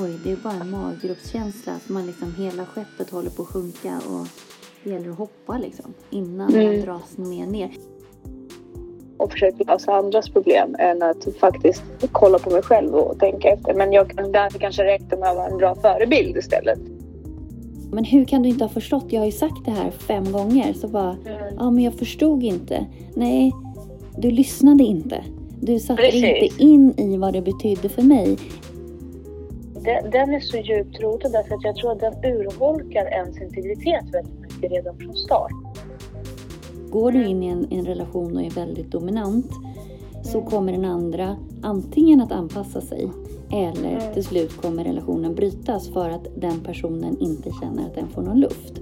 oj, det är bara en maggropskänsla. Att man liksom, hela skeppet håller på att sjunka och det gäller att hoppa liksom, innan man dras ner. Och försöka lösa andras problem än att faktiskt kolla på mig själv och tänka efter. Men därför kanske räcker med att vara en bra förebild istället. Men hur kan du inte ha förstått? Jag har ju sagt det här 5 gånger. Så bara, men jag förstod inte. Nej, du lyssnade inte. Du satte inte in i vad det betydde för mig. Den är så djupt rotad därför att jag tror att den urholkar ens integritet väldigt mycket redan från start. Går du in i en relation och är väldigt dominant så kommer den andra antingen att anpassa sig eller till slut kommer relationen brytas för att den personen inte känner att den får någon luft.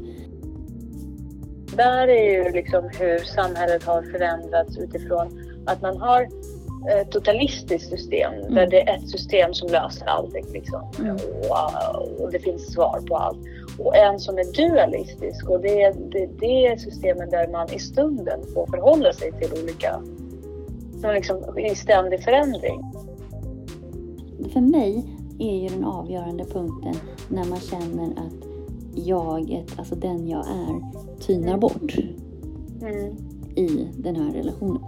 Där är ju liksom hur samhället har förändrats utifrån att man har ett totalistiskt system där det är ett system som löser allting liksom. Och det finns svar på allt. Och en som är dualistisk och det är systemen där man i stunden får förhålla sig till olika som liksom i ständig förändring. För mig är ju den avgörande punkten när man känner att alltså den jag är, tynar bort i den här relationen.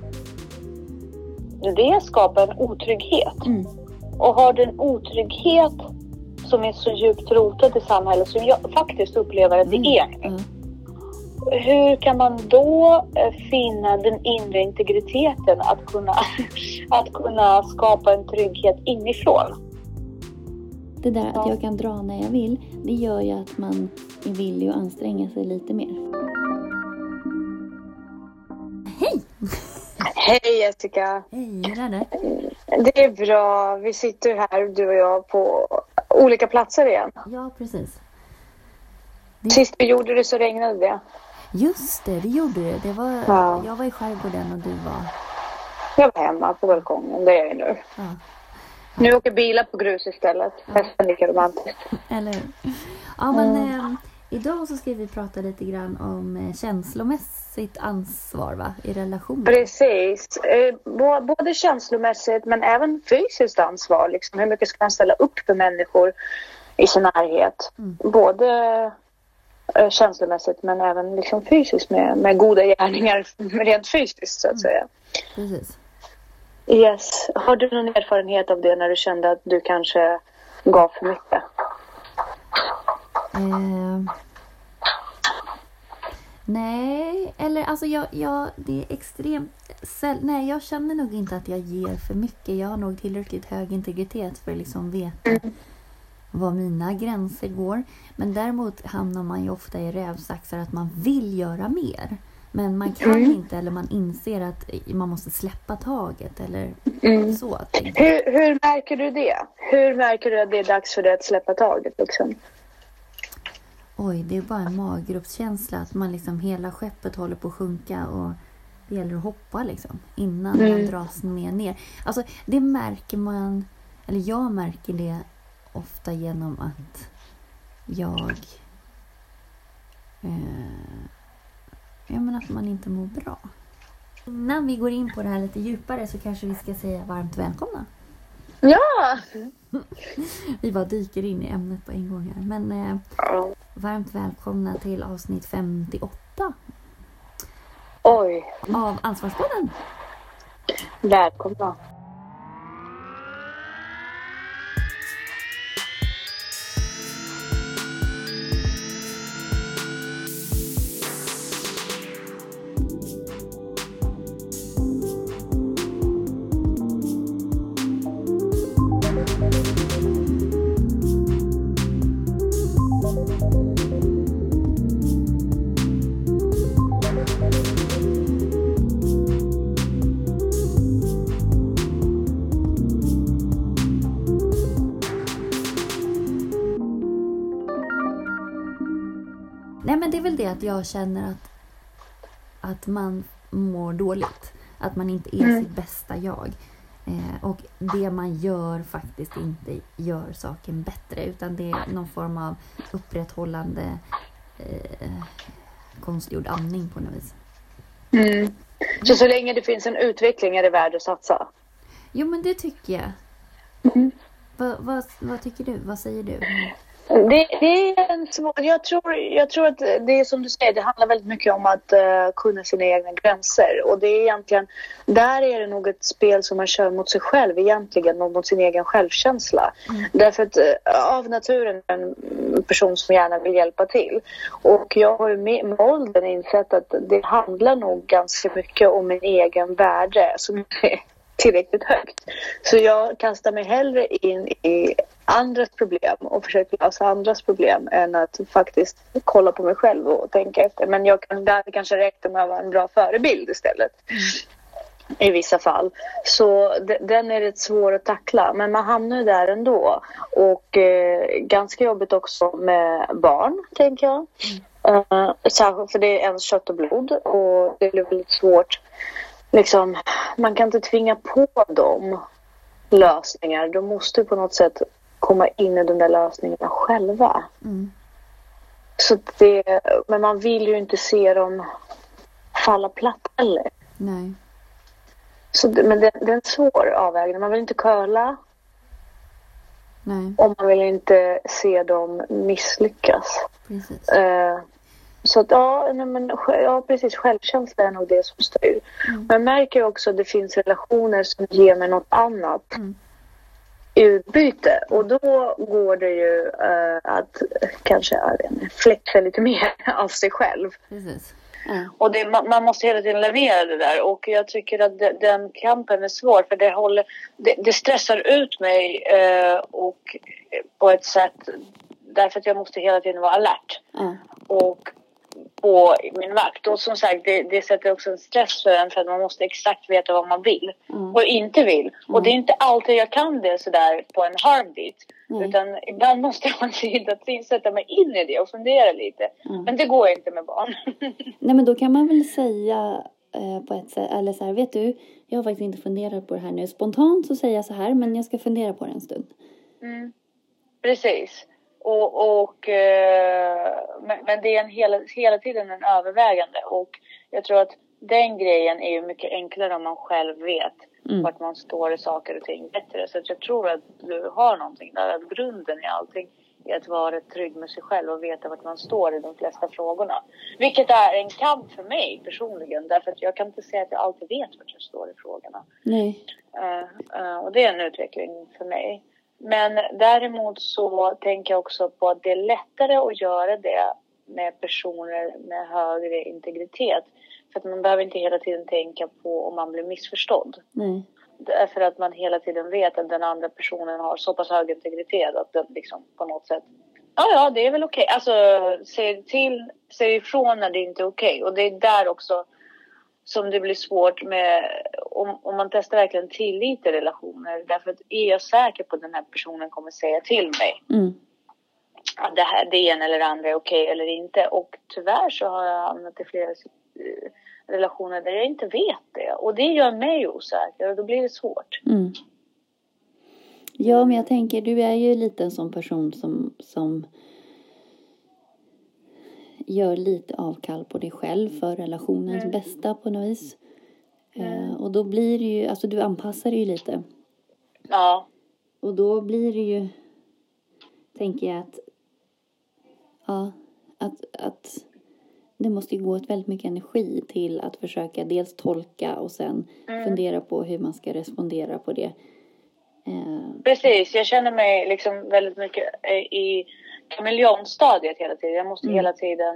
Det skapar en otrygghet. Och har du en otrygghet som är så djupt rotad i samhället som jag faktiskt upplever att det är. Hur kan man då finna den inre integriteten att kunna skapa en trygghet inifrån? Det där att jag kan dra när jag vill, det gör ju att man är villig att anstränga sig lite mer. Hej! Hej Jessica! Hej, hur är det? Det är bra. Vi sitter här, du och jag, på olika platser igen. Ja, precis. Sist vi gjorde det så regnade det. Just det gjorde det. Jag var i skärgården och du var... Jag var hemma på balkongen, det är jag nu. Ja. Nu åker bilar på grus istället. Nästan lika romantiskt. Eller hur? Ja, men idag så ska vi prata lite grann om känslomässigt ansvar, va? I relationer. Precis. Både känslomässigt men även fysiskt ansvar. Liksom. Hur mycket ska man ställa upp för människor i sin närhet? Både känslomässigt men även liksom fysiskt med goda gärningar rent fysiskt så att säga. Precis. Yes. Har du någon erfarenhet av det när du kände att du kanske gav för mycket? Nej, eller alltså det är extremt nej, jag känner nog inte att jag ger för mycket. Jag har nog tillräckligt hög integritet för att liksom veta var mina gränser går. Men däremot hamnar man ju ofta i rävsaxar att man vill göra mer. Men man kan inte, eller man inser att man måste släppa taget eller så. Hur märker du det? Hur märker du att det är dags för dig att släppa taget liksom? Oj, det är bara en maggropskänsla att man liksom, hela skeppet håller på att sjunka och det gäller att hoppa liksom innan man dras ner. Alltså det märker man, eller jag märker det ofta genom att att man inte mår bra. Innan vi går in på det här lite djupare så kanske vi ska säga varmt välkomna. Ja! Vi bara dyker in i ämnet på en gång här. Men varmt välkomna till avsnitt 58. Oj. Av Ansvarspodden. Välkomna. Nej, men det är väl det att jag känner att man mår dåligt. Att man inte är sitt bästa jag. Och det man gör faktiskt inte gör saken bättre. Utan det är någon form av upprätthållande konstgjord andning på något vis. Så länge det finns en utveckling är det värd att satsa? Jo, men det tycker jag. Vad tycker du? Vad säger du? Det är en svår... Jag tror att det är som du säger, det handlar väldigt mycket om att kunna sina egna gränser. Och det är egentligen, där är det nog ett spel som man kör mot sig själv egentligen, och mot sin egen självkänsla. Därför att av naturen är en person som gärna vill hjälpa till. Och jag har ju med åldern insett att det handlar nog ganska mycket om min egen värde som är tillräckligt högt. Så jag kastar mig hellre in i andras problem och försöker lösa andras problem än att faktiskt kolla på mig själv och tänka efter. Men det kanske räcker med att vara en bra förebild istället. I vissa fall. Så den är rätt svår att tackla. Men man hamnar ju där ändå. Och ganska jobbigt också med barn, tänker jag. Särskilt för det är ens kött och blod. Och det blir väldigt svårt. Liksom, man kan inte tvinga på dem lösningar. De måste på något sätt komma in i de där lösningarna själva. Så men man vill ju inte se dem falla platt heller. Nej. Men det är en svår avvägning. Man vill inte curla. Nej. Och man vill inte se dem misslyckas. Precis. Så att ja, precis. Självkänsla är nog det som styr. Men jag märker också att det finns relationer som ger mig något annat i utbyte. Och då går det ju att kanske flexa lite mer av sig själv. Precis. Och man måste hela tiden leverera det där. Och jag tycker att den kampen är svår. För det stressar ut mig och på ett sätt. Därför att jag måste hela tiden vara alert. Och på min vakt. Och som sagt, det sätter också en stress för en. För att man måste exakt veta vad man vill. Och inte vill. Och det är inte alltid jag kan det sådär på en heartbeat. Utan ibland måste jag ha tid att sätta mig in i det och fundera lite. Men det går inte med barn. Nej, men då kan man väl säga på ett sätt, eller så här, vet du, jag har faktiskt inte funderat på det här nu. Spontant så säger jag så här, men jag ska fundera på det en stund. Precis. Men det är hela tiden en övervägande. Och jag tror att den grejen är ju mycket enklare om man själv vet vart man står i saker och ting bättre. Så att jag tror att du har någonting där. Att grunden i allting är att vara trygg med sig själv och veta vart man står i de flesta frågorna. Vilket är en kamp för mig personligen. Därför att jag kan inte säga att jag alltid vet vart jag står i frågorna. Nej. Och det är en utveckling för mig. Men däremot så tänker jag också på att det är lättare att göra det med personer med högre integritet. För att man behöver inte hela tiden tänka på om man blir missförstådd. Nej. Därför att man hela tiden vet att den andra personen har så pass hög integritet att den liksom på något sätt... Ja, det är väl okej. Alltså, säg ifrån när det inte är okej. Och det är där också som det blir svårt med... Om man testar verkligen tillit i relationer. Därför att är jag säker på att den här personen kommer säga till mig. Att det ena eller andra är okej eller inte. Och tyvärr så har jag hamnat i flera relationer där jag inte vet det. Och det gör mig osäker och då blir det svårt. Ja, men jag tänker, du är ju lite en sån person som gör lite avkall på dig själv för relationens bästa på något vis. Och då blir det ju, alltså du anpassar dig ju lite. Ja. Och då blir det ju, tänker jag att det måste ju gå åt väldigt mycket energi till att försöka dels tolka och sen fundera på hur man ska respondera på det. Precis, jag känner mig liksom väldigt mycket i kameleonstadiet hela tiden. Jag måste hela tiden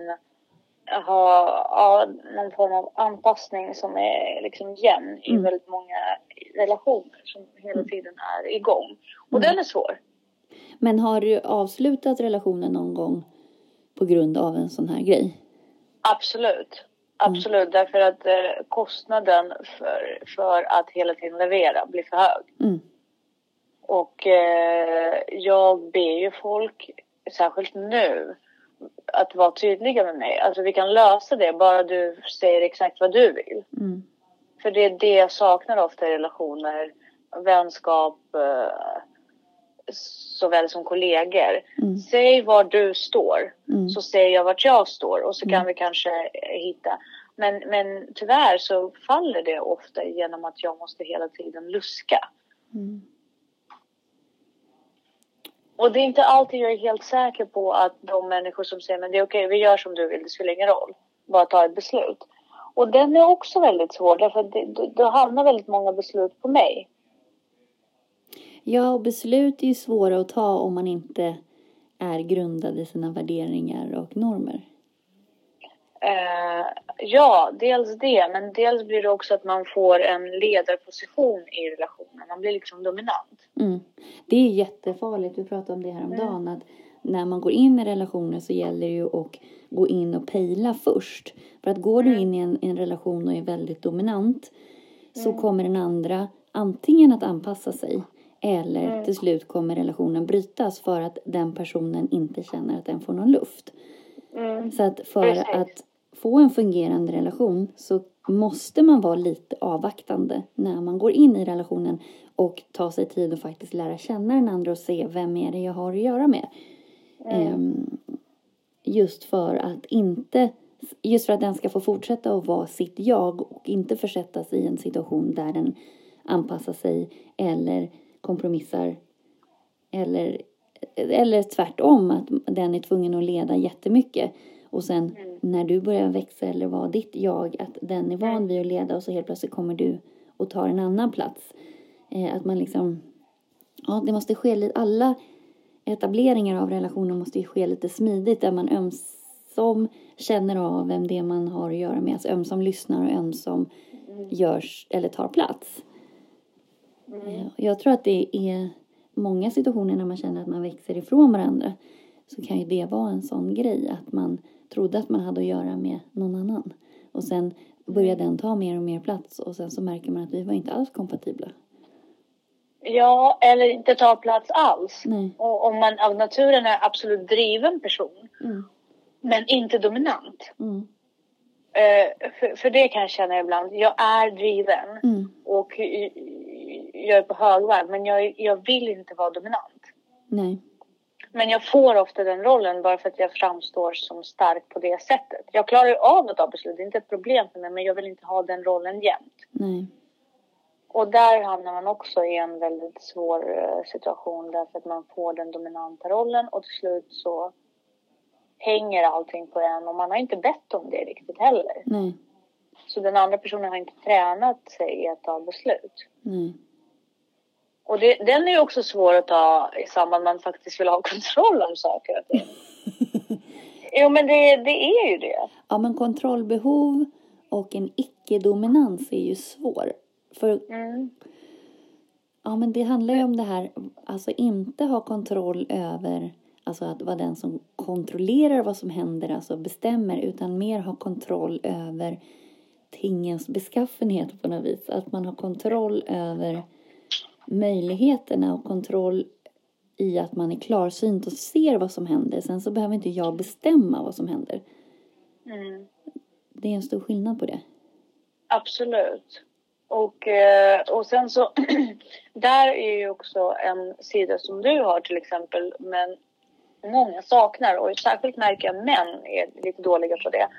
ha någon form av anpassning som är liksom jämn i väldigt många relationer som hela tiden är igång. Och den är svår. Men har du avslutat relationen någon gång på grund av en sån här grej? Absolut, därför att kostnaden för att hela tiden leverera blir för hög. Och jag ber ju folk, särskilt nu, att vara tydliga med mig. Alltså vi kan lösa det, bara du säger exakt vad du vill. För det är det jag saknar ofta i relationer, vänskap, såväl som kollegor. Säg var du står, så säger jag vart jag står och så kan vi kanske hitta. Men tyvärr så faller det ofta genom att jag måste hela tiden luska. Och det är inte alltid jag är helt säker på att de människor som säger men det är okej, vi gör som du vill, det spelar ingen roll. Bara ta ett beslut. Och den är också väldigt svår, därför att då hamnar väldigt många beslut på mig. Ja, och beslut är ju svåra att ta om man inte är grundad i sina värderingar och normer. Ja, dels det. Men dels blir det också att man får en ledarposition i relationen. Man blir liksom dominant. Mm. Det är jättefarligt. Vi pratade om det här om dagen. Att när man går in i relationer så gäller det ju att gå in och pejla först. För att går du in i en relation och är väldigt dominant så kommer den andra antingen att anpassa sig. Eller till slut kommer relationen brytas för att den personen inte känner att den får någon luft. Så att för att få en fungerande relation så måste man vara lite avvaktande när man går in i relationen och ta sig tid att faktiskt lära känna den andra och se vem är det jag har att göra med. Just för att den ska få fortsätta att vara sitt jag och inte försättas i en situation där den anpassar sig eller kompromissar eller tvärtom att den är tvungen att leda jättemycket. Och sen när du börjar växa eller vara ditt jag, att den är van vid att leda och så helt plötsligt kommer du och tar en annan plats. Att man liksom, det måste ske lite, alla etableringar av relationer måste ju ske lite smidigt där man ömsom känner av vem det är man har att göra med. Alltså ömsom lyssnar och ömsom görs eller tar plats. Jag tror att det är många situationer när man känner att man växer ifrån varandra så kan ju det vara en sån grej att man trodde att man hade att göra med någon annan. Och sen börjar den ta mer och mer plats och sen så märker man att vi var inte alls kompatibla. Ja, eller inte ta plats alls. Nej. Och om man av naturen är absolut driven person men inte dominant. För det kan jag känna ibland. Jag är driven och jag är på högvarv men jag vill inte vara dominant. Nej. Men jag får ofta den rollen bara för att jag framstår som stark på det sättet. Jag klarar av att ta beslut, det är inte ett problem för mig, men jag vill inte ha den rollen jämt. Nej. Och där hamnar man också i en väldigt svår situation därför att man får den dominanta rollen och till slut så hänger allting på en och man har inte bett om det riktigt heller. Nej. Så den andra personen har inte tränat sig i att ta beslut. Nej. Och den är ju också svår att ta i samband med att man faktiskt vill ha kontroll om saker och ting. Jo, men det är ju det. Ja, men kontrollbehov och en icke-dominans är ju svår. För ja, men det handlar ju om det här, alltså inte ha kontroll över, alltså att vara den som kontrollerar vad som händer, alltså bestämmer, utan mer ha kontroll över tingens beskaffenhet på något vis. Att man har kontroll över möjligheterna och kontroll i att man är klarsynt och ser vad som händer. Sen så behöver inte jag bestämma vad som händer. Det är en stor skillnad på det. Absolut. Och sen så där är ju också en sida som du har till exempel, men många saknar, och särskilt märker jag män är lite dåliga på det.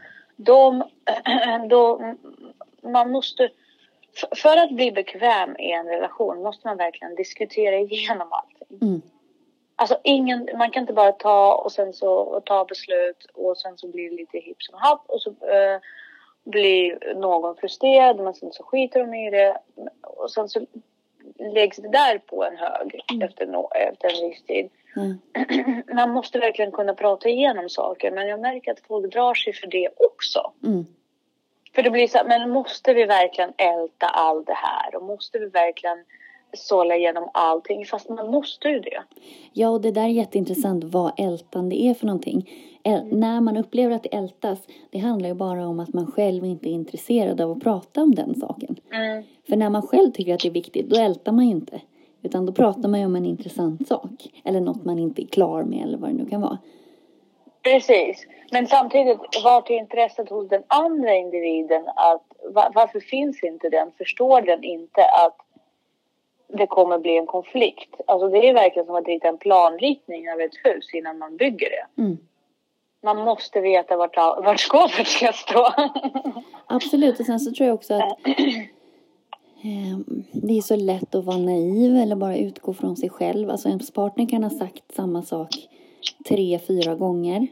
Man måste, för att bli bekväm i en relation måste man verkligen diskutera igenom allting. Alltså man kan inte bara ta och sen så ta beslut och sen så blir det lite hipp som happ och så blir någon frustrerad men sen så skiter de i det och sen så läggs det där på en hög efter en viss tid. Man måste verkligen kunna prata igenom saker, men jag märker att folk drar sig för det också. För det blir så här, men måste vi verkligen älta allt det här och måste vi verkligen sålla igenom allting, fast man måste ju det. Ja, och det där är jätteintressant vad ältande är för någonting. När man upplever att det ältas, det handlar ju bara om att man själv inte är intresserad av att prata om den saken. För när man själv tycker att det är viktigt, då ältar man ju inte. Utan då pratar man ju om en intressant sak. Eller något man inte är klar med eller vad det nu kan vara. Precis. Men samtidigt, vart är intresset hos den andra individen? Varför finns inte den? Förstår den inte att det kommer bli en konflikt? Alltså det är verkligen som att rita en planritning av ett hus innan man bygger det. Man måste veta vart skåpet ska stå. Absolut, och sen så tror jag också att det är så lätt att vara naiv eller bara utgå från sig själv. Alltså ens partner kan ha sagt samma sak 3-4 gånger.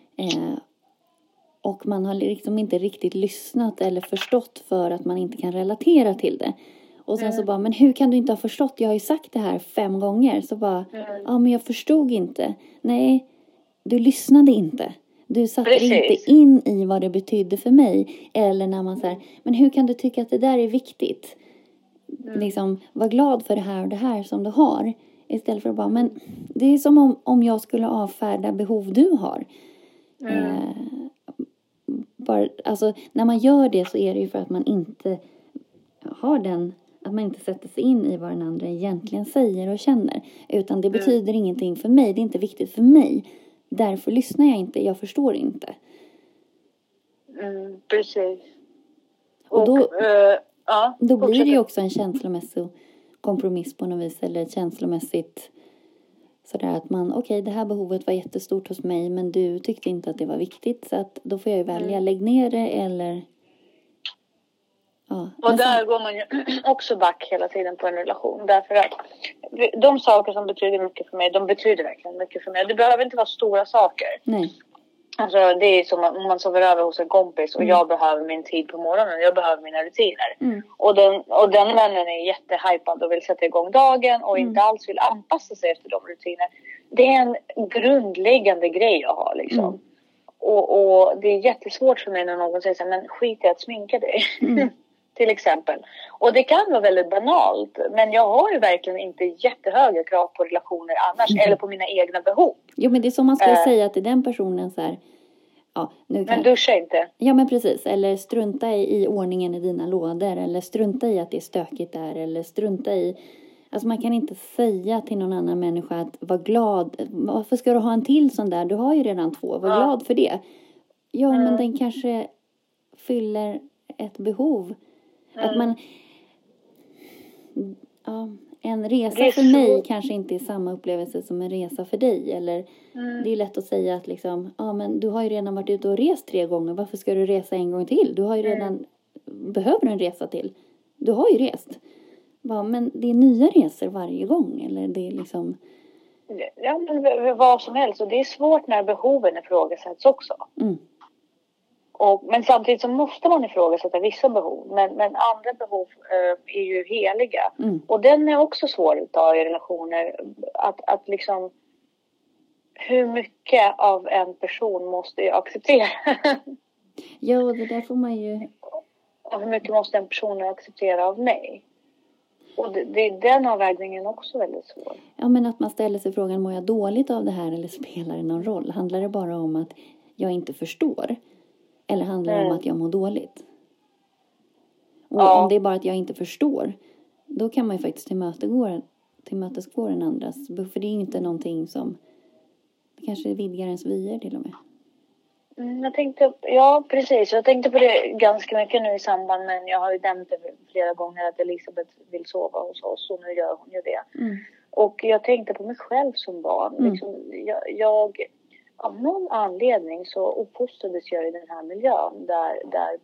Och man har liksom inte riktigt lyssnat eller förstått för att man inte kan relatera till det. Och sen så bara, men hur kan du inte ha förstått? Jag har ju sagt det här 5 gånger. Så bara, ja men jag förstod inte. Nej, du lyssnade inte. Du satte inte in i vad det betydde för mig. Eller när man säger, men hur kan du tycka att det där är viktigt? Liksom, var glad för det här och det här som du har. Istället för att bara, men det är som om jag skulle avfärda behov du har. Alltså, när man gör det så är det ju för att man inte har att man inte sätter sig in i vad den andra egentligen säger och känner. Utan det betyder ingenting för mig. Det är inte viktigt för mig. Därför lyssnar jag inte. Jag förstår inte. Precis. Och då blir det ju också en känslomässig kompromiss på något vis. Eller känslomässigt sådär att man, okej, det här behovet var jättestort hos mig. Men du tyckte inte att det var viktigt. Så att då får jag ju välja, lägg ner det eller... Ja, och där går man ju också back hela tiden på en relation. Därför att de saker som betyder mycket för mig, de betyder verkligen mycket för mig. Det behöver inte vara stora saker. Nej. Alltså det är som om man sover över hos en kompis och jag behöver min tid på morgonen. Jag behöver mina rutiner. Och den vännen är jättehypad och vill sätta igång dagen och inte alls vill anpassa sig efter de rutiner. Det är en grundläggande grej jag har liksom. Och det är jättesvårt för mig när någon säger så här, men skit i att sminka dig. Till exempel. Och det kan vara väldigt banalt. Men jag har ju verkligen inte jättehöga krav på relationer annars. Eller på mina egna behov. Jo, men det är som man skulle säga till den personen så här. Ja, men duscha inte. Ja, men precis. Eller strunta i ordningen i dina lådor. Eller strunta i att det är stökigt där. Eller strunta i... Alltså man kan inte säga till någon annan människa att var glad. Varför ska du ha en till sån där? Du har ju redan 2. Var glad för det. Ja, men den kanske fyller ett behov. Att man... Ja, en resa för mig kanske inte är samma upplevelse som en resa för dig. Eller det är lätt att säga att liksom, ja men du har ju redan varit ute och rest 3 gånger. Varför ska du resa en gång till? Du har ju redan... Behöver en resa till? Du har ju rest. Ja, men det är nya resor varje gång. Eller det är liksom... Ja, men vad som helst. Och det är svårt när behoven ifrågasätts också. Men samtidigt så måste man ifrågasätta vissa behov. Men andra behov är ju heliga. Och den är också svår att ta i relationer. Att liksom... Hur mycket av en person måste jag acceptera? Ja, det där får man ju... Och hur mycket måste en person acceptera av mig? Och den avvägningen också väldigt svår. Ja, men att man ställer sig frågan, mår jag dåligt av det här eller spelar det någon roll? Handlar det bara om att jag inte förstår? Eller handlar det om att jag mår dåligt? Och om det är bara att jag inte förstår, då kan man ju faktiskt tillmötesgå den andras. För det är inte någonting som kanske vidgar ens vyer till och med. Ja, precis. Jag tänkte på det ganska mycket nu i samband med, jag har ju nämnt det flera gånger att Elisabeth vill sova hos oss och nu gör hon ju det. Och jag tänkte på mig själv som barn. Liksom, jag av någon anledning så uppfostrades jag i den här miljön där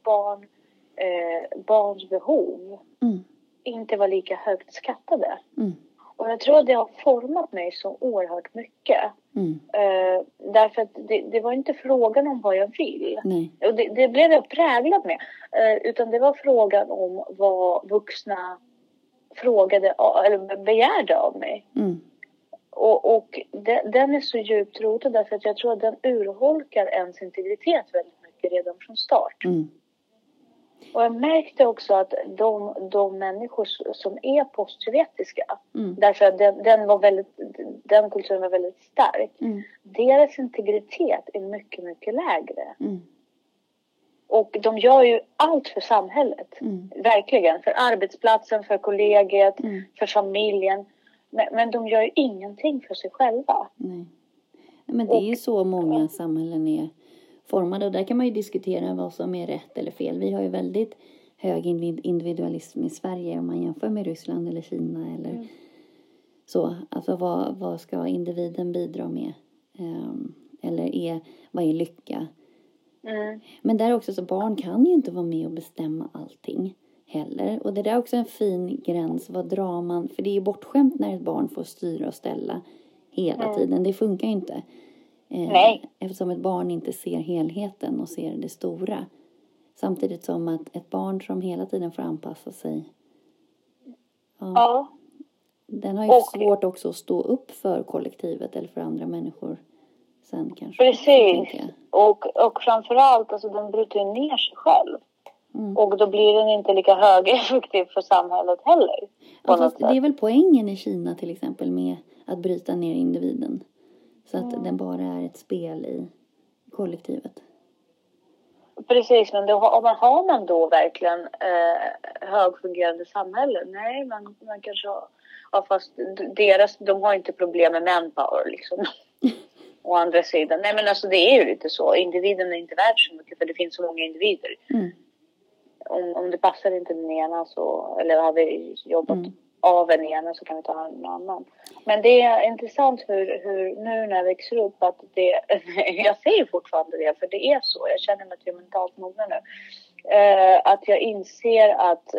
barns behov inte var lika högt skattade. Och jag tror att det har format mig så oerhört mycket. Därför att det var inte frågan om vad jag vill. Och det blev jag präglad med. Utan det var frågan om vad vuxna frågade eller begärde av mig. Och den är så djupt rotad därför att jag tror att den urholkar ens integritet väldigt mycket redan från start. Och jag märkte också att de människor som är postsovjetiska, därför att den kulturen var väldigt stark, deras integritet är mycket, mycket lägre. Och de gör ju allt för samhället, verkligen, för arbetsplatsen, för kollegiet, för familjen. Men de gör ju ingenting för sig själva. Nej. Men det är ju så många samhällen är formade. Och där kan man ju diskutera vad som är rätt eller fel. Vi har ju väldigt hög individualism i Sverige om man jämför med Ryssland eller Kina. Eller så. Alltså vad ska individen bidra med? Eller vad är lycka? Men där också så barn kan ju inte vara med och bestämma allting. heller. Och det där är också en fin gräns. Vad drar man? För det är ju bortskämt när ett barn får styra och ställa hela tiden. Det funkar ju inte. Nej. Eftersom ett barn inte ser helheten och ser det stora. Samtidigt som att ett barn som hela tiden får anpassa sig. Ja. Den har ju svårt också att stå upp för kollektivet eller för andra människor. Sen kanske. Precis. Och framförallt, alltså den bryter ner sig själv. Och då blir den inte lika högeffektiv för samhället heller. Ja, det är väl poängen i Kina till exempel med att bryta ner individen. Så att den bara är ett spel i kollektivet. Precis, men har man då verkligen högfungerande samhälle? Nej, man kanske har, fast de har inte problem med manpower liksom. Å andra sidan, nej men alltså det är ju lite så. Individen är inte värd så mycket för det finns så många individer. Om det passar inte den ena så, eller har vi jobbat av en ena så kan vi ta en annan. Men det är intressant hur nu när jag växer upp att jag säger fortfarande det för det är så. Jag känner mig till mentalt mogna nu. Att jag inser att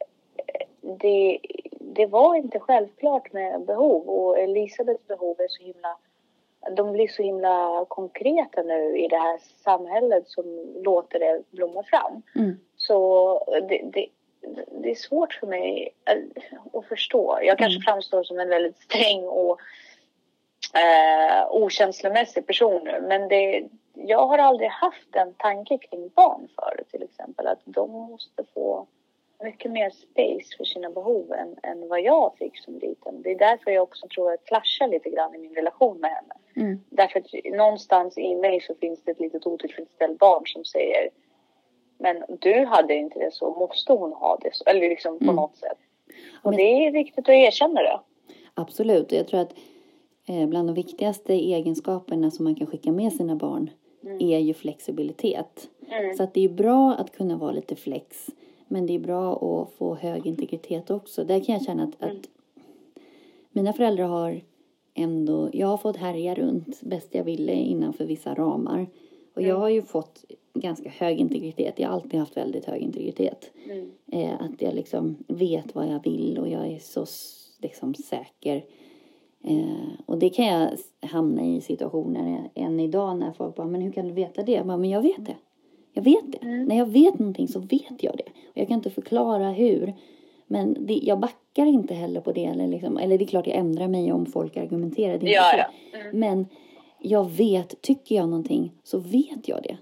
det var inte självklart med behov och Elisabeths behov är så himla. De blir så himla konkreta nu i det här samhället som låter det blomma fram. Så det är svårt för mig att förstå. Jag kanske framstår som en väldigt sträng och okänslomässig person nu. Men jag har aldrig haft en tanke kring barn förut till exempel. Att de måste få mycket mer space för sina behov än vad jag fick som liten. Det är därför jag också tror att jag clashar lite grann i min relation med henne. Därför att någonstans i mig så finns det ett litet otillfredsställt barn som säger men du hade inte det så, måste hon ha det så? Eller liksom på något sätt. Och det är viktigt att erkänna det. Absolut, och jag tror att bland de viktigaste egenskaperna som man kan skicka med sina barn är ju flexibilitet. Så att det är bra att kunna vara lite flex. Men det är bra att få hög integritet också. Där kan jag känna att mina föräldrar har ändå... Jag har fått härja runt bäst jag ville innanför vissa ramar. Och jag har ju fått ganska hög integritet. Jag har alltid haft väldigt hög integritet. Att jag liksom vet vad jag vill och jag är så liksom säker. Och det kan jag hamna i situationer än idag när folk bara, men hur kan du veta det? Men jag vet det. Jag vet det. När jag vet någonting så vet jag det. Och jag kan inte förklara hur. Men jag backar inte heller på det. Eller det är klart jag ändrar mig om folk argumenterar. Det är inte så. Men jag vet, tycker jag någonting så vet jag det.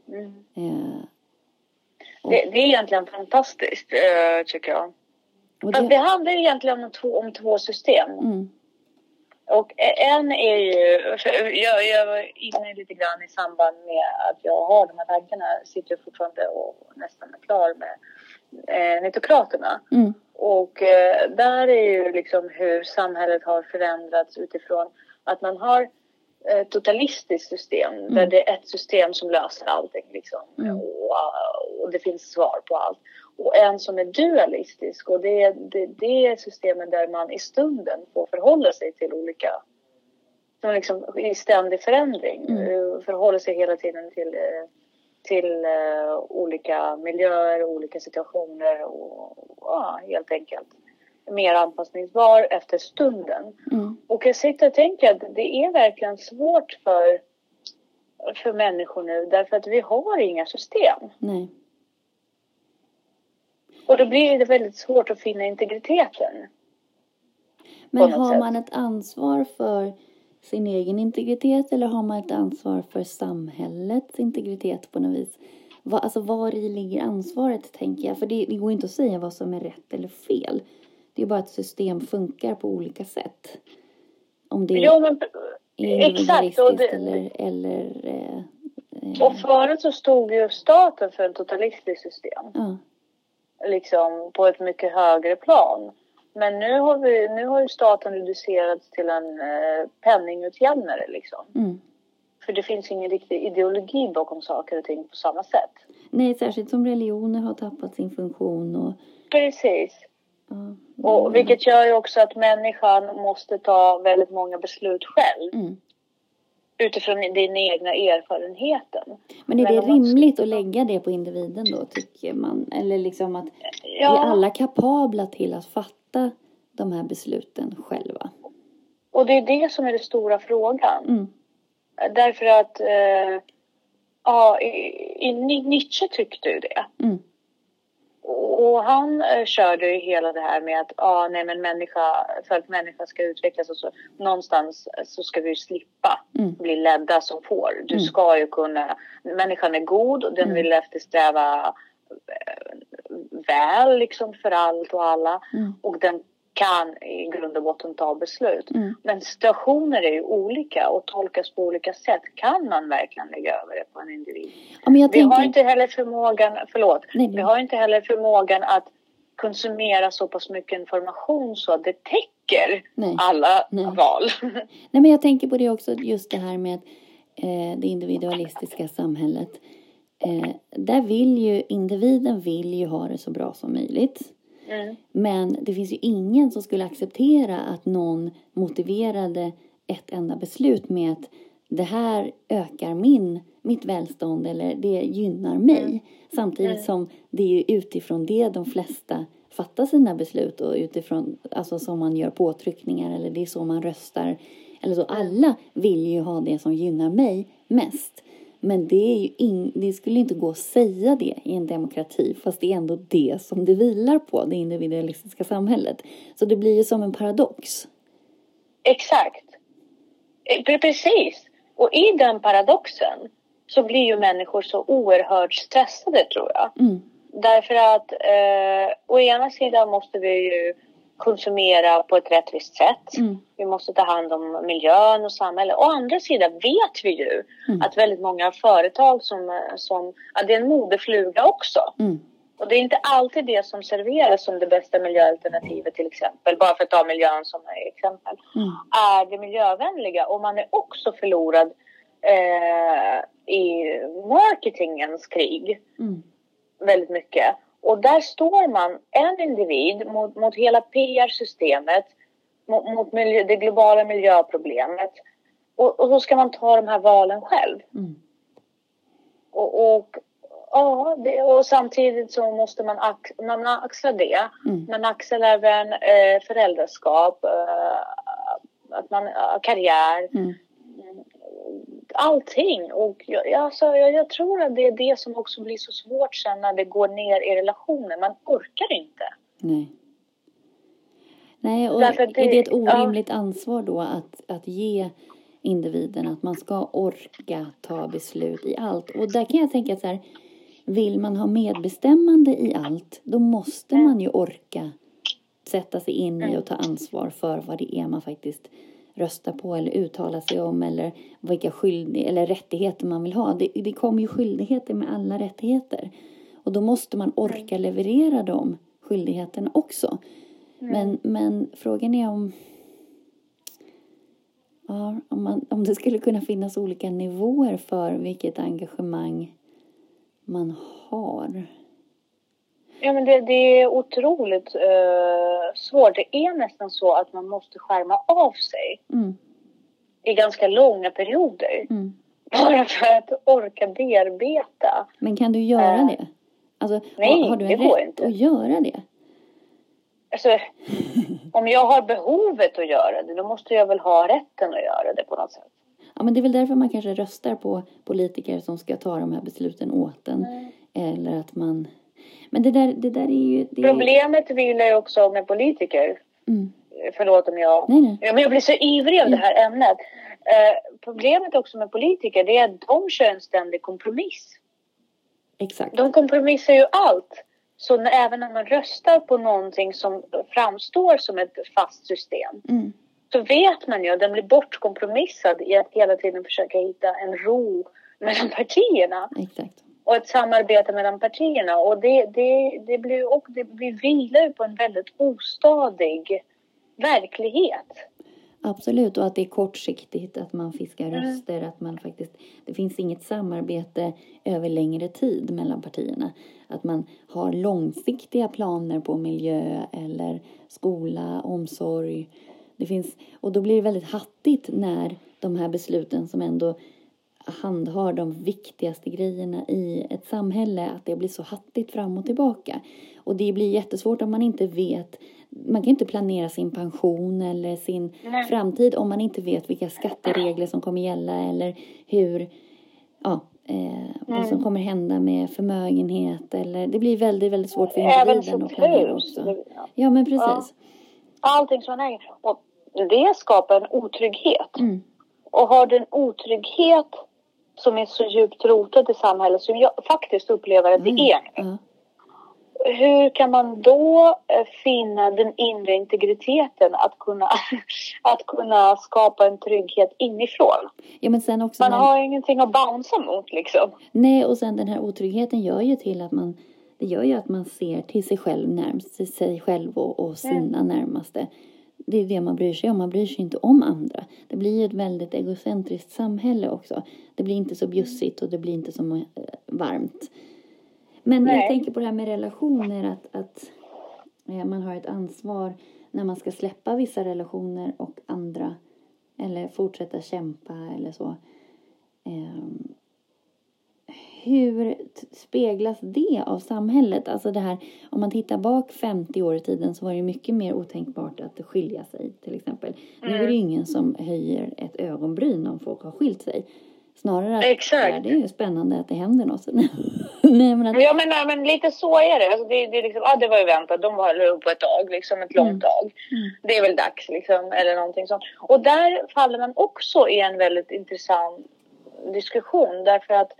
Det är egentligen fantastiskt tycker jag. För det handlar egentligen om två system. Och en är ju, jag var inne lite grann i samband med att jag har de här tankarna, sitter jag fortfarande och nästan är klar med Nyttokraterna. Och där är ju liksom hur samhället har förändrats utifrån att man har totalistiskt system där det är ett system som löser allting liksom. Och det finns svar på allt. Och en som är dualistisk och det är systemen där man i stunden får förhålla sig till olika som liksom i ständig förändring. Förhåller sig hela tiden till olika miljöer, olika situationer och helt enkelt mer anpassningsbar efter stunden. Och jag sitter och tänker att det är verkligen svårt för människor nu därför att vi har inga system. Nej. Och då blir det väldigt svårt att finna integriteten. Men har man ett ansvar för sin egen integritet eller har man ett ansvar för samhällets integritet på något vis? Var i ligger ansvaret tänker jag? För det går inte att säga vad som är rätt eller fel. Det är bara att system funkar på olika sätt. Om det är individualistiskt eller och förut så stod ju staten för ett totalistiskt system. Liksom på ett mycket högre plan. Men nu har ju staten reducerats till en penningutjämnare liksom. För det finns ingen riktig ideologi bakom saker och ting på samma sätt. Nej, särskilt som religioner har tappat sin funktion. Och... Precis. Och vilket gör ju också att människan måste ta väldigt många beslut själv. utifrån din egna erfarenheten. Men är det rimligt att lägga det på individen då, tycker man? Eller liksom att är alla kapabla till att fatta de här besluten själva? Och det är det som är den stora frågan. Därför att Nietzsche tyckte ju det. Och han körde ju hela det här med att för att människa ska utvecklas och så, någonstans så ska vi slippa bli ledda som får. Du ska ju kunna, människan är god och den vill eftersträva väl liksom för allt och alla. Och den kan i grund och botten ta beslut. Men situationer är ju olika och tolkas på olika sätt. Kan man verkligen lägga över det på en individ? Ja, vi har inte heller förmågan att konsumera så pass mycket information så att det täcker alla val. Nej, men jag tänker på det också, just det här med det individualistiska samhället. Där individen vill ju ha det så bra som möjligt. Men det finns ju ingen som skulle acceptera att någon motiverade ett enda beslut med att det här ökar mitt välstånd eller det gynnar mig. Samtidigt som det är utifrån det de flesta fattar sina beslut och utifrån, alltså som man gör påtryckningar eller det är så man röstar. Eller så alla vill ju ha det som gynnar mig mest. Men det skulle inte gå att säga det i en demokrati, fast det är ändå det som det vilar på, det individualistiska samhället. Så det blir ju som en paradox. Exakt. Precis. Och i den paradoxen så blir ju människor så oerhört stressade, tror jag. Därför att å ena sidan måste vi ju konsumera på ett rättvist sätt. Vi måste ta hand om miljön och samhället. Å andra sidan vet vi ju att väldigt många företag det är en modefluga också. Och det är inte alltid det som serveras som det bästa miljöalternativet till exempel. Bara för att ta miljön som exempel. Är det miljövänliga? Och man är också förlorad i marketingens krig. Väldigt mycket. Och där står man, en individ, mot hela PR-systemet, mot det globala miljöproblemet. Och så ska man ta de här valen själv. Och samtidigt så måste man axla det. Man axlar även föräldraskap, att man karriär. Allting. Och jag tror att det är det som också blir så svårt sen när det går ner i relationen. Man orkar inte. Nej, och är det ett orimligt ansvar då att ge individen att man ska orka ta beslut i allt? Och där kan jag tänka så här, vill man ha medbestämmande i allt, då måste man ju orka sätta sig in i och ta ansvar för vad det är man faktiskt rösta på eller uttala sig om eller vilka eller rättigheter man vill ha. Det kommer ju skyldigheter med alla rättigheter. Och då måste man orka leverera de skyldigheterna också. Men frågan är om det skulle kunna finnas olika nivåer för vilket engagemang man har. Ja, men det är otroligt svårt. Det är nästan så att man måste skärma av sig i ganska långa perioder. Bara för att orka bearbeta. Men kan du göra det? Alltså, nej, har du en rätt att göra det? Alltså, om jag har behovet att göra det, då måste jag väl ha rätten att göra det på något sätt. Ja, men det är väl därför man kanske röstar på politiker som ska ta de här besluten åt en. Eller att man... Men det där är ju... Problemet vilar ju också med politiker. Förlåt om jag... Nej. Ja, men jag blir så ivrig av det här ämnet. Problemet också med politiker, det är att de kör en ständig kompromiss. Exakt. De kompromissar ju allt. Så även när man röstar på någonting som framstår som ett fast system. Så vet man ju att den blir bortkompromissad i att hela tiden försöka hitta en ro mellan partierna. Exakt. Och ett samarbete mellan partierna. Och vi vilar ju på en väldigt ostadig verklighet. Absolut, och att det är kortsiktigt, att man fiskar röster, att man faktiskt, det finns inget samarbete över längre tid mellan partierna. Att man har långsiktiga planer på miljö eller skola, omsorg. Och då blir det väldigt hattigt när de här besluten som ändå handhar de viktigaste grejerna i ett samhälle, att det blir så hattigt fram och tillbaka. Och det blir jättesvårt om man inte vet, man kan inte planera sin pension eller sin framtid om man inte vet vilka skatteregler som kommer gälla eller hur, vad som kommer hända med förmögenhet. Eller, det blir väldigt, väldigt svårt för individen att planera också. Ja, men precis. Ja. Allting som är. Och det skapar en otrygghet. Och har du en otrygghet som är så djupt rotad i samhället som jag faktiskt upplever att det är nu. Hur kan man då finna den inre integriteten att kunna skapa en trygghet inifrån? Ja, men sen också man har ingenting att bouncea mot liksom. Nej, och sen den här otryggheten gör ju till att man ser till sig själv och sina närmaste. Det är det man bryr sig om. Man bryr sig inte om andra. Det blir ett väldigt egocentriskt samhälle också. Det blir inte så bjussigt och det blir inte så varmt. Men jag tänker på det här med relationer. Att man har ett ansvar när man ska släppa vissa relationer och andra. Eller fortsätta kämpa eller så. Hur speglas det av samhället? Alltså det här, om man tittar bak 50 år i tiden så var det mycket mer otänkbart att skilja sig till exempel. Nu är det ingen som höjer ett ögonbryn om folk har skilt sig. Snarare att det är spännande att det händer något. Men lite så är det. Alltså det är liksom, det var ju väntat. De var på ett tag, liksom ett långt tag. Det är väl dags liksom, eller någonting sånt. Och där faller man också i en väldigt intressant diskussion. Därför att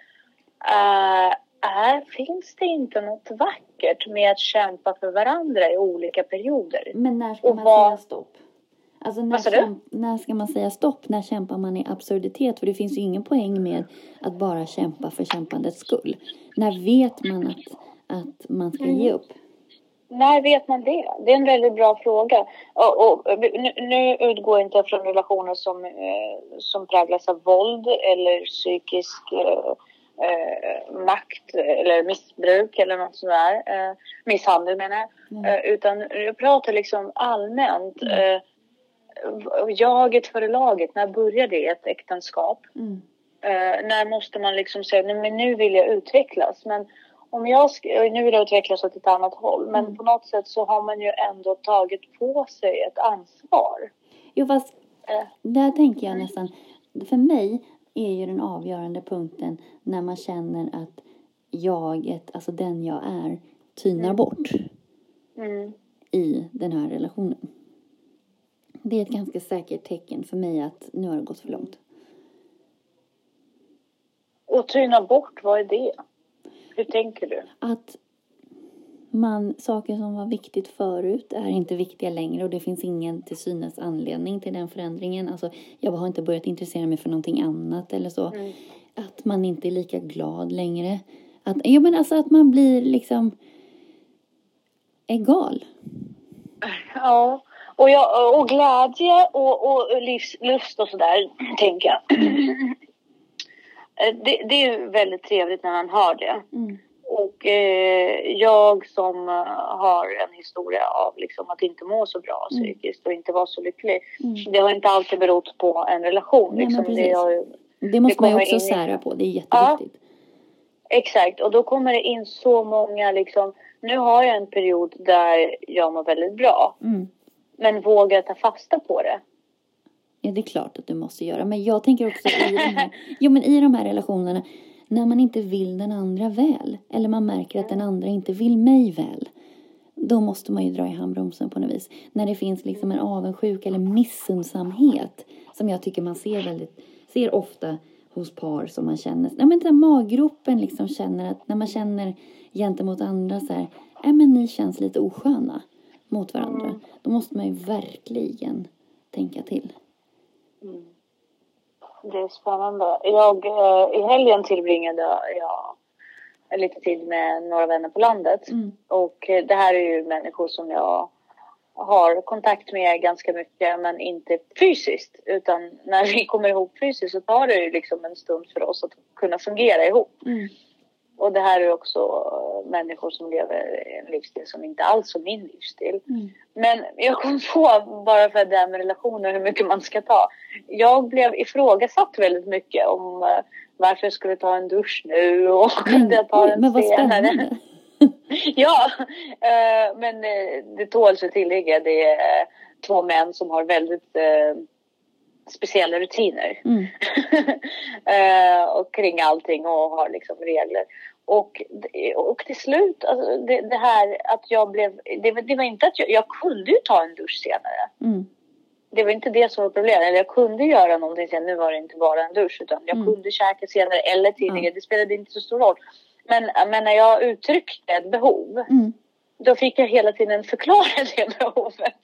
finns det inte något vackert med att kämpa för varandra i olika perioder? Men när ska man säga stopp? Alltså när ska man säga stopp? När kämpar man i absurditet? För det finns ju ingen poäng med att bara kämpa för kämpandets skull. När vet man att man ska ge upp? När vet man det? Det är en väldigt bra fråga. Och nu utgår jag inte från relationer som präglas av våld eller psykisk makt eller missbruk eller något sådär. Misshandel menar jag. Utan jag pratar liksom allmänt. Jaget för laget. När börjar det ett äktenskap? När måste man liksom säga, nej, men nu vill jag utvecklas. Men om nu vill jag utvecklas åt ett annat håll. Men på något sätt så har man ju ändå tagit på sig ett ansvar. Jo, fast där tänker jag nästan, för mig är ju den avgörande punkten när man känner att alltså den jag är, tynar bort i den här relationen. Det är ett ganska säkert tecken för mig att nu har det gått för långt. Och tyna bort, vad är det? Hur tänker du? Att saker som var viktigt förut är inte viktiga längre och det finns ingen till synes anledning till den förändringen. Alltså, jag har inte börjat intressera mig för någonting annat eller så. Att man inte är lika glad längre. Att man blir liksom egal. Ja, och glädje och livslust och sådär, tänker jag. Det är ju väldigt trevligt när man har det. Och jag som har en historia av liksom att inte må så bra psykiskt och inte vara så lycklig. Det har inte alltid berott på en relation. Liksom. Det måste man ju också sära på, det är jätteviktigt. Ja, exakt, och då kommer det in så många liksom. Nu har jag en period där jag mår väldigt bra. Men vågar ta fasta på det. Ja, det är klart att du måste göra. Men jag tänker också i de här relationerna. När man inte vill den andra väl. Eller man märker att den andra inte vill mig väl. Då måste man ju dra i handbromsen på något vis. När det finns liksom en avundsjuk eller missundsamhet. Som jag tycker man ser ofta hos par som man känner. Ja, men den maggropen liksom känner att när man känner gentemot andra så här. Men ni känns lite osköna mot varandra. Då måste man ju verkligen tänka till. Det är spännande. I helgen tillbringade jag lite tid med några vänner på landet. Och det här är ju människor som jag har kontakt med ganska mycket, men inte fysiskt. Utan när vi kommer ihop fysiskt så tar det ju liksom en stund för oss att kunna fungera ihop. Och det här är också människor som lever en livsstil som inte alls är min livsstil. Men jag kom på, bara för det här med relationer, hur mycket man ska ta. Jag blev ifrågasatt väldigt mycket om varför jag skulle ta en dusch nu och kunde jag ta den vad senare. Spännande. Ja, men det tåls att tillägga. Det är 2 män som har väldigt speciella rutiner och kring allting och har liksom regler. Och till slut, alltså det här att jag blev, det var inte att jag kunde ju ta en dusch senare. Det var inte det som var problemet. Eller jag kunde göra någonting sen. Nu var det inte bara en dusch, utan jag kunde käka senare eller tidigare. Det spelade inte så stor roll. Men när jag uttryckte ett behov, då fick jag hela tiden förklara det behovet.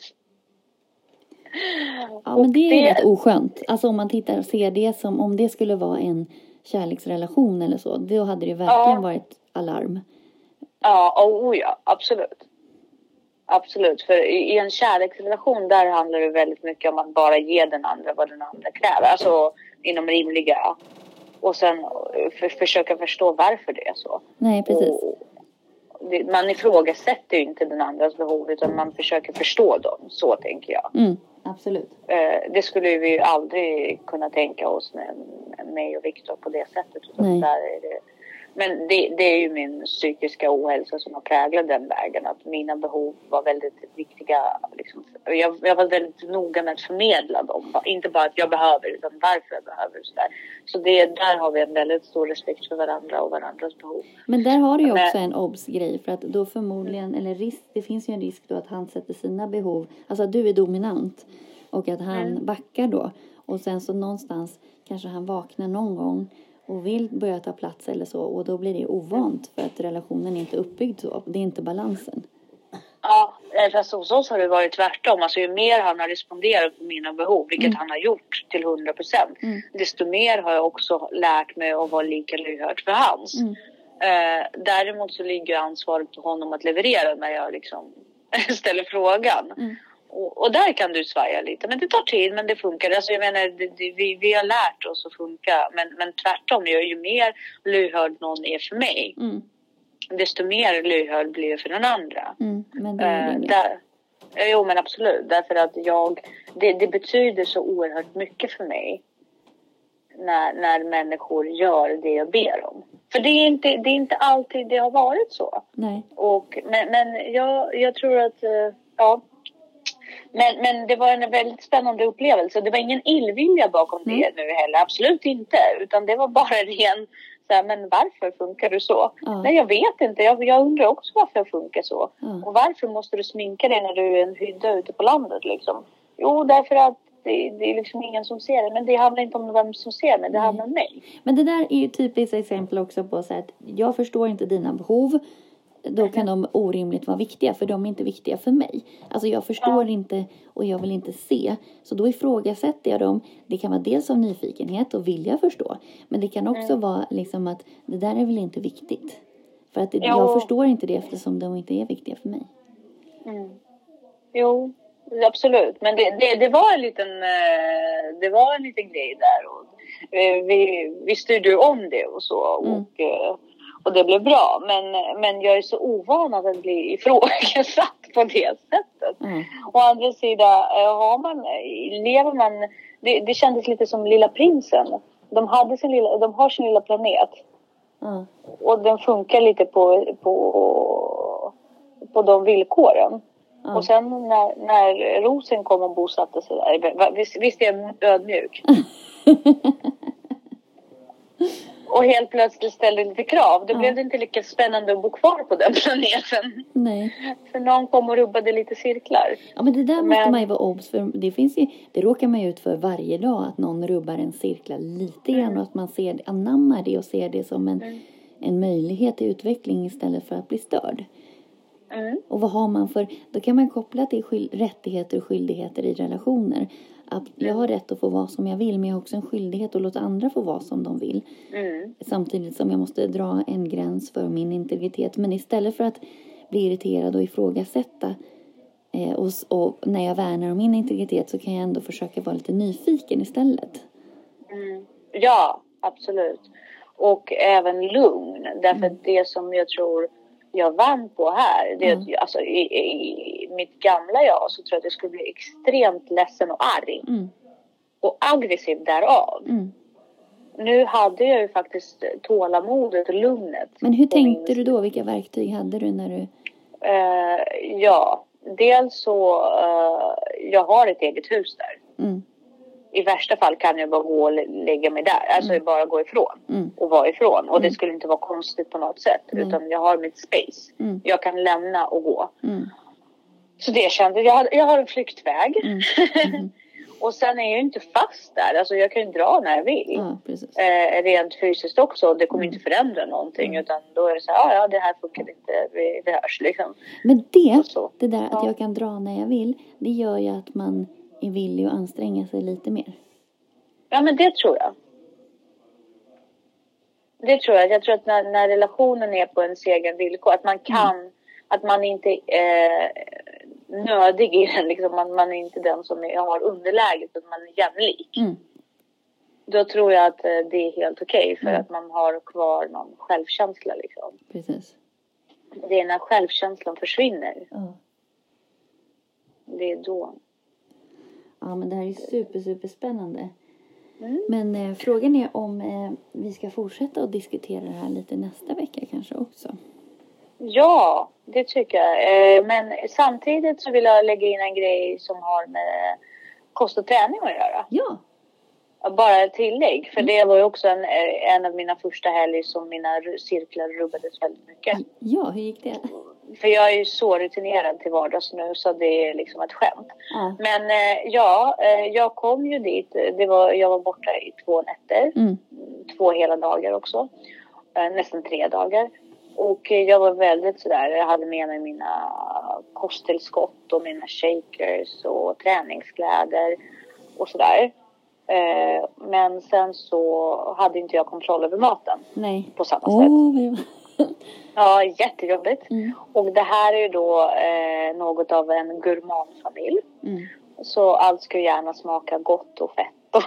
Ja, men det är rätt oskönt. Alltså om man tittar och ser det som om det skulle vara en kärleksrelation eller så, då hade det verkligen varit alarm. Ja, absolut. Absolut, för i en kärleksrelation där handlar det väldigt mycket om att bara ge den andra vad den andra kräver. Alltså inom rimliga. Och sen försöka förstå varför det är så. Nej, precis. Man ifrågasätter ju inte den andras behov, utan man försöker förstå dem. Så tänker jag. Absolut. Det skulle vi ju aldrig kunna tänka oss med mig och Viktor på det sättet. Utan där är det, men det är ju min psykiska ohälsa som har präglat den vägen. Att mina behov var väldigt viktiga. Liksom. Jag var väldigt noga med att förmedla dem. Inte bara att jag behöver, utan varför jag behöver. Så där har vi en väldigt stor respekt för varandra och varandras behov. Men där har du ju också en obs-grej. För att då förmodligen, eller det finns ju en risk då att han sätter sina behov. Alltså att du är dominant. Och att han backar då. Och sen så någonstans kanske han vaknar någon gång och vill börja ta plats eller så. Och då blir det ovant för att relationen är inte uppbyggd så. Det är inte balansen. Ja, fast hos oss har det varit tvärtom. Alltså ju mer han har responderat på mina behov, vilket han har gjort till 100%. Desto mer har jag också lärt mig att vara lika lyhörd för hans. Däremot så ligger ansvaret på honom att leverera när jag liksom ställer frågan. Och där kan du svaja lite. Men det tar tid, men det funkar. Alltså jag menar, vi har lärt oss att funka. Men tvärtom, ju mer lyhörd någon är för mig, desto mer lyhörd blir jag för den andra. Men det är jo, men absolut. Därför att det betyder så oerhört mycket för mig när människor gör det jag ber om. För det är inte alltid det har varit så. Nej. Men jag tror att Men det var en väldigt spännande upplevelse. Det var ingen illvilja bakom det nu heller. Absolut inte. Utan det var bara ren såhär, men varför funkar du så? Nej, jag vet inte. Jag undrar också varför jag funkar så. Och varför måste du sminka dig när du är en hydda ute på landet liksom? Jo, därför att det är liksom ingen som ser det. Men det handlar inte om vem som ser det. Det handlar om mig. Men det där är ju typiskt exempel också på så att jag förstår inte dina behov. Då kan de orimligt vara viktiga, för de är inte viktiga för mig. Alltså jag förstår inte och jag vill inte se. Så då ifrågasätter jag dem. Det kan vara dels av nyfikenhet och vilja förstå. Men det kan också vara liksom att det där är väl inte viktigt. För att jag förstår inte det eftersom de inte är viktiga för mig. Jo, absolut. Men det var en liten grej där. Och vi styrde ju om det och så. Och det blev bra. Men jag är så ovan att bli ifrågasatt på det sättet. Å andra sidan, lever man... Det kändes lite som Lilla prinsen. De har sin lilla planet. Och den funkar lite på de villkoren. Och sen när rosen kom och bosatte sig där. Visst är jag ödmjuk? Och helt plötsligt ställde lite krav. Då blev det inte lika spännande att bo kvar på den planeten. Nej. För någon kom och rubbade lite cirklar. Ja, men det där måste man ju vara obs för. Det råkar man ju ut för varje dag. Att någon rubbar en cirklar lite grann. Och att man anammar det och ser det som en möjlighet till utveckling istället för att bli störd. Och vad har man för... Då kan man koppla till rättigheter och skyldigheter i relationer. Att jag har rätt att få vara som jag vill, men jag har också en skyldighet att låta andra få vara som de vill. Samtidigt som jag måste dra en gräns för min integritet. Men istället för att bli irriterad och ifrågasätta och när jag värnar om min integritet, så kan jag ändå försöka vara lite nyfiken istället. Ja, absolut. Och även lugn. Därför att det som jag tror jag vann på här. Det är att, alltså, i mitt gamla jag så tror jag att jag skulle bli extremt ledsen och arg. Och aggressiv därav. Nu hade jag ju faktiskt tålamodet och lugnet. Men hur tänkte du då? Vilka verktyg hade du när du... Ja, dels så... jag har ett eget hus där. I värsta fall kan jag bara gå och lägga mig där. Alltså bara gå ifrån. Och vara ifrån. Och det skulle inte vara konstigt på något sätt. Utan jag har mitt space. Jag kan lämna och gå. Så det kände jag har en flyktväg. Och sen är jag ju inte fast där. Alltså jag kan ju dra när jag vill. Rent fysiskt också. Det kommer inte förändra någonting. Utan då är det så här, ja det här funkar inte. Vi hörs liksom. Men det där att jag kan dra när jag vill. Det gör ju att man är villig att anstränga sig lite mer. Ja men det tror jag. Det tror jag. Jag tror att när relationen är på ens egen villkor. Att man kan. Att man inte är nödig i den. Liksom, man är inte den som har underläget. Utan man är jämlik. Då tror jag att det är helt okej. För att man har kvar någon självkänsla. Liksom. Precis. Det är när självkänslan försvinner. Det är då. Ja men det här är super spännande. Men frågan är om vi ska fortsätta att diskutera det här lite nästa vecka kanske också. Ja, det tycker jag. Men samtidigt så vill jag lägga in en grej som har med kost och träning att göra. Ja. Bara ett tillägg. För det var ju också en av mina första helger som mina cirklar rubbades väldigt mycket. Ja, hur gick det? För jag är ju så rutinerad till vardags nu så det är liksom ett skämt. Men jag kom ju dit. Jag var borta i 2 nätter. 2 hela dagar också. Nästan 3 dagar. Och jag var väldigt sådär. Jag hade med mig mina kosttillskott och mina shakers och träningskläder och sådär. Men sen så hade inte jag kontroll över maten. Nej. På samma sätt. Ja, jättejobbigt. Och det här är ju då något av en gourmandfamilj. Så allt ska gärna smaka gott och fett.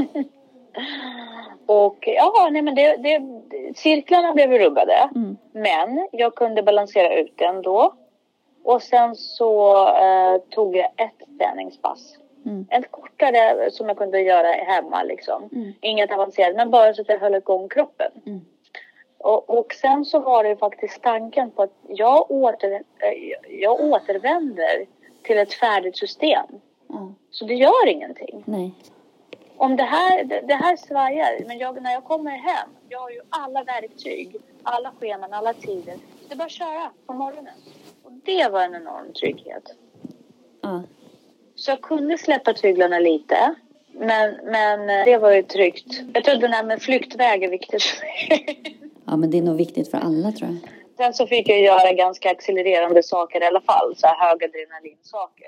Och cirklarna blev rubbade. Men jag kunde balansera ut det ändå. Och sen så tog jag ett träningspass. Ett kortare som jag kunde göra hemma liksom. Inget avancerat, men bara så att jag höll igång kroppen. Och sen så var det faktiskt tanken på att jag återvänder till ett färdigt system. Så det gör ingenting. Nej. Om det här svajar, men när jag kommer hem, jag har ju alla verktyg, alla scheman, alla tider. Så det är bara att köra på morgonen. Och det var en enorm trygghet. Så jag kunde släppa tyglarna lite. Men det var ju tryggt. Jag tror att den här med flyktväg är viktigt. Ja, men det är nog viktigt för alla tror jag. Sen så fick jag göra ganska accelererande saker i alla fall. Så här högadrenalinsaker.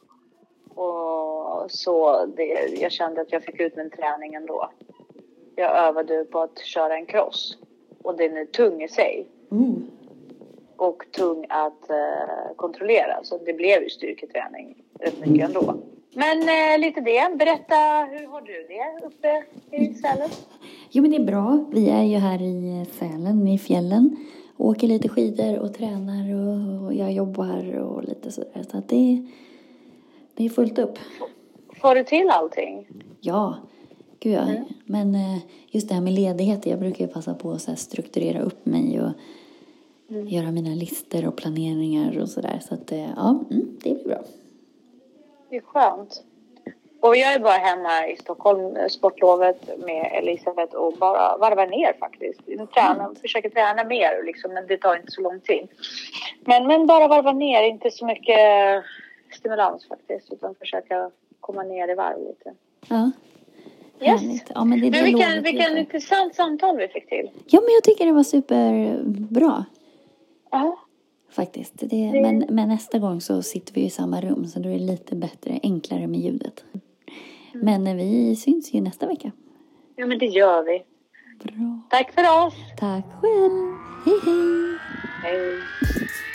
Och så jag kände att jag fick ut min träning ändå. Jag övade på att köra en cross. Och den är tung i sig. Och tung att kontrollera. Så det blev ju styrketräning rätt mycket ändå. Men lite det. Berätta, hur har du det uppe i Sälen? Jo men det är bra. Vi är ju här i Sälen, i fjällen. Åker lite skidor och tränar och jag jobbar och lite sådär. Så att det är fullt upp. Får du till allting? Ja, gud ja. Men just det här med ledighet. Jag brukar ju passa på att så här strukturera upp mig och göra mina listor och planeringar och sådär. Så att det blir bra. Det är skönt. Och jag är bara hemma i Stockholm sportlovet med Elisabeth och bara varvar ner faktiskt. Försöker träna mer liksom, men det tar inte så lång tid. Men bara varva ner, inte så mycket stimulans faktiskt, utan försöka komma ner i varv lite. Ja. Yes. Ja, men vilken intressant samtal vi fick till. Ja, men jag tycker det var superbra. Ja. Faktiskt. Men nästa gång så sitter vi i samma rum. Så då är det lite bättre, enklare med ljudet. Men vi syns ju nästa vecka. Ja, men det gör vi. Bra. Tack för oss. Tack själv. Hej hej. Hej.